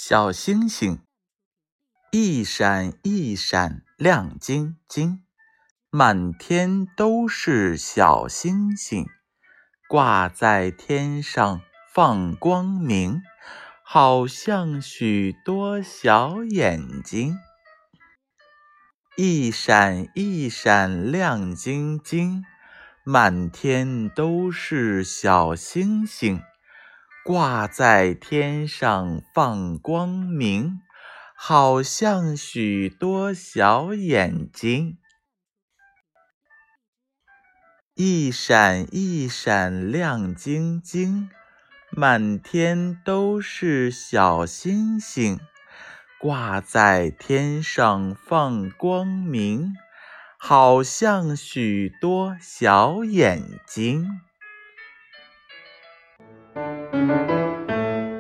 小星星，一闪一闪亮晶晶，满天都是小星星，挂在天上放光明，好像许多小眼睛。一闪一闪亮晶晶，满天都是小星星，挂在天上放光明，好像许多小眼睛。一闪一闪亮晶晶，满天都是小星星，挂在天上放光明，好像许多小眼睛。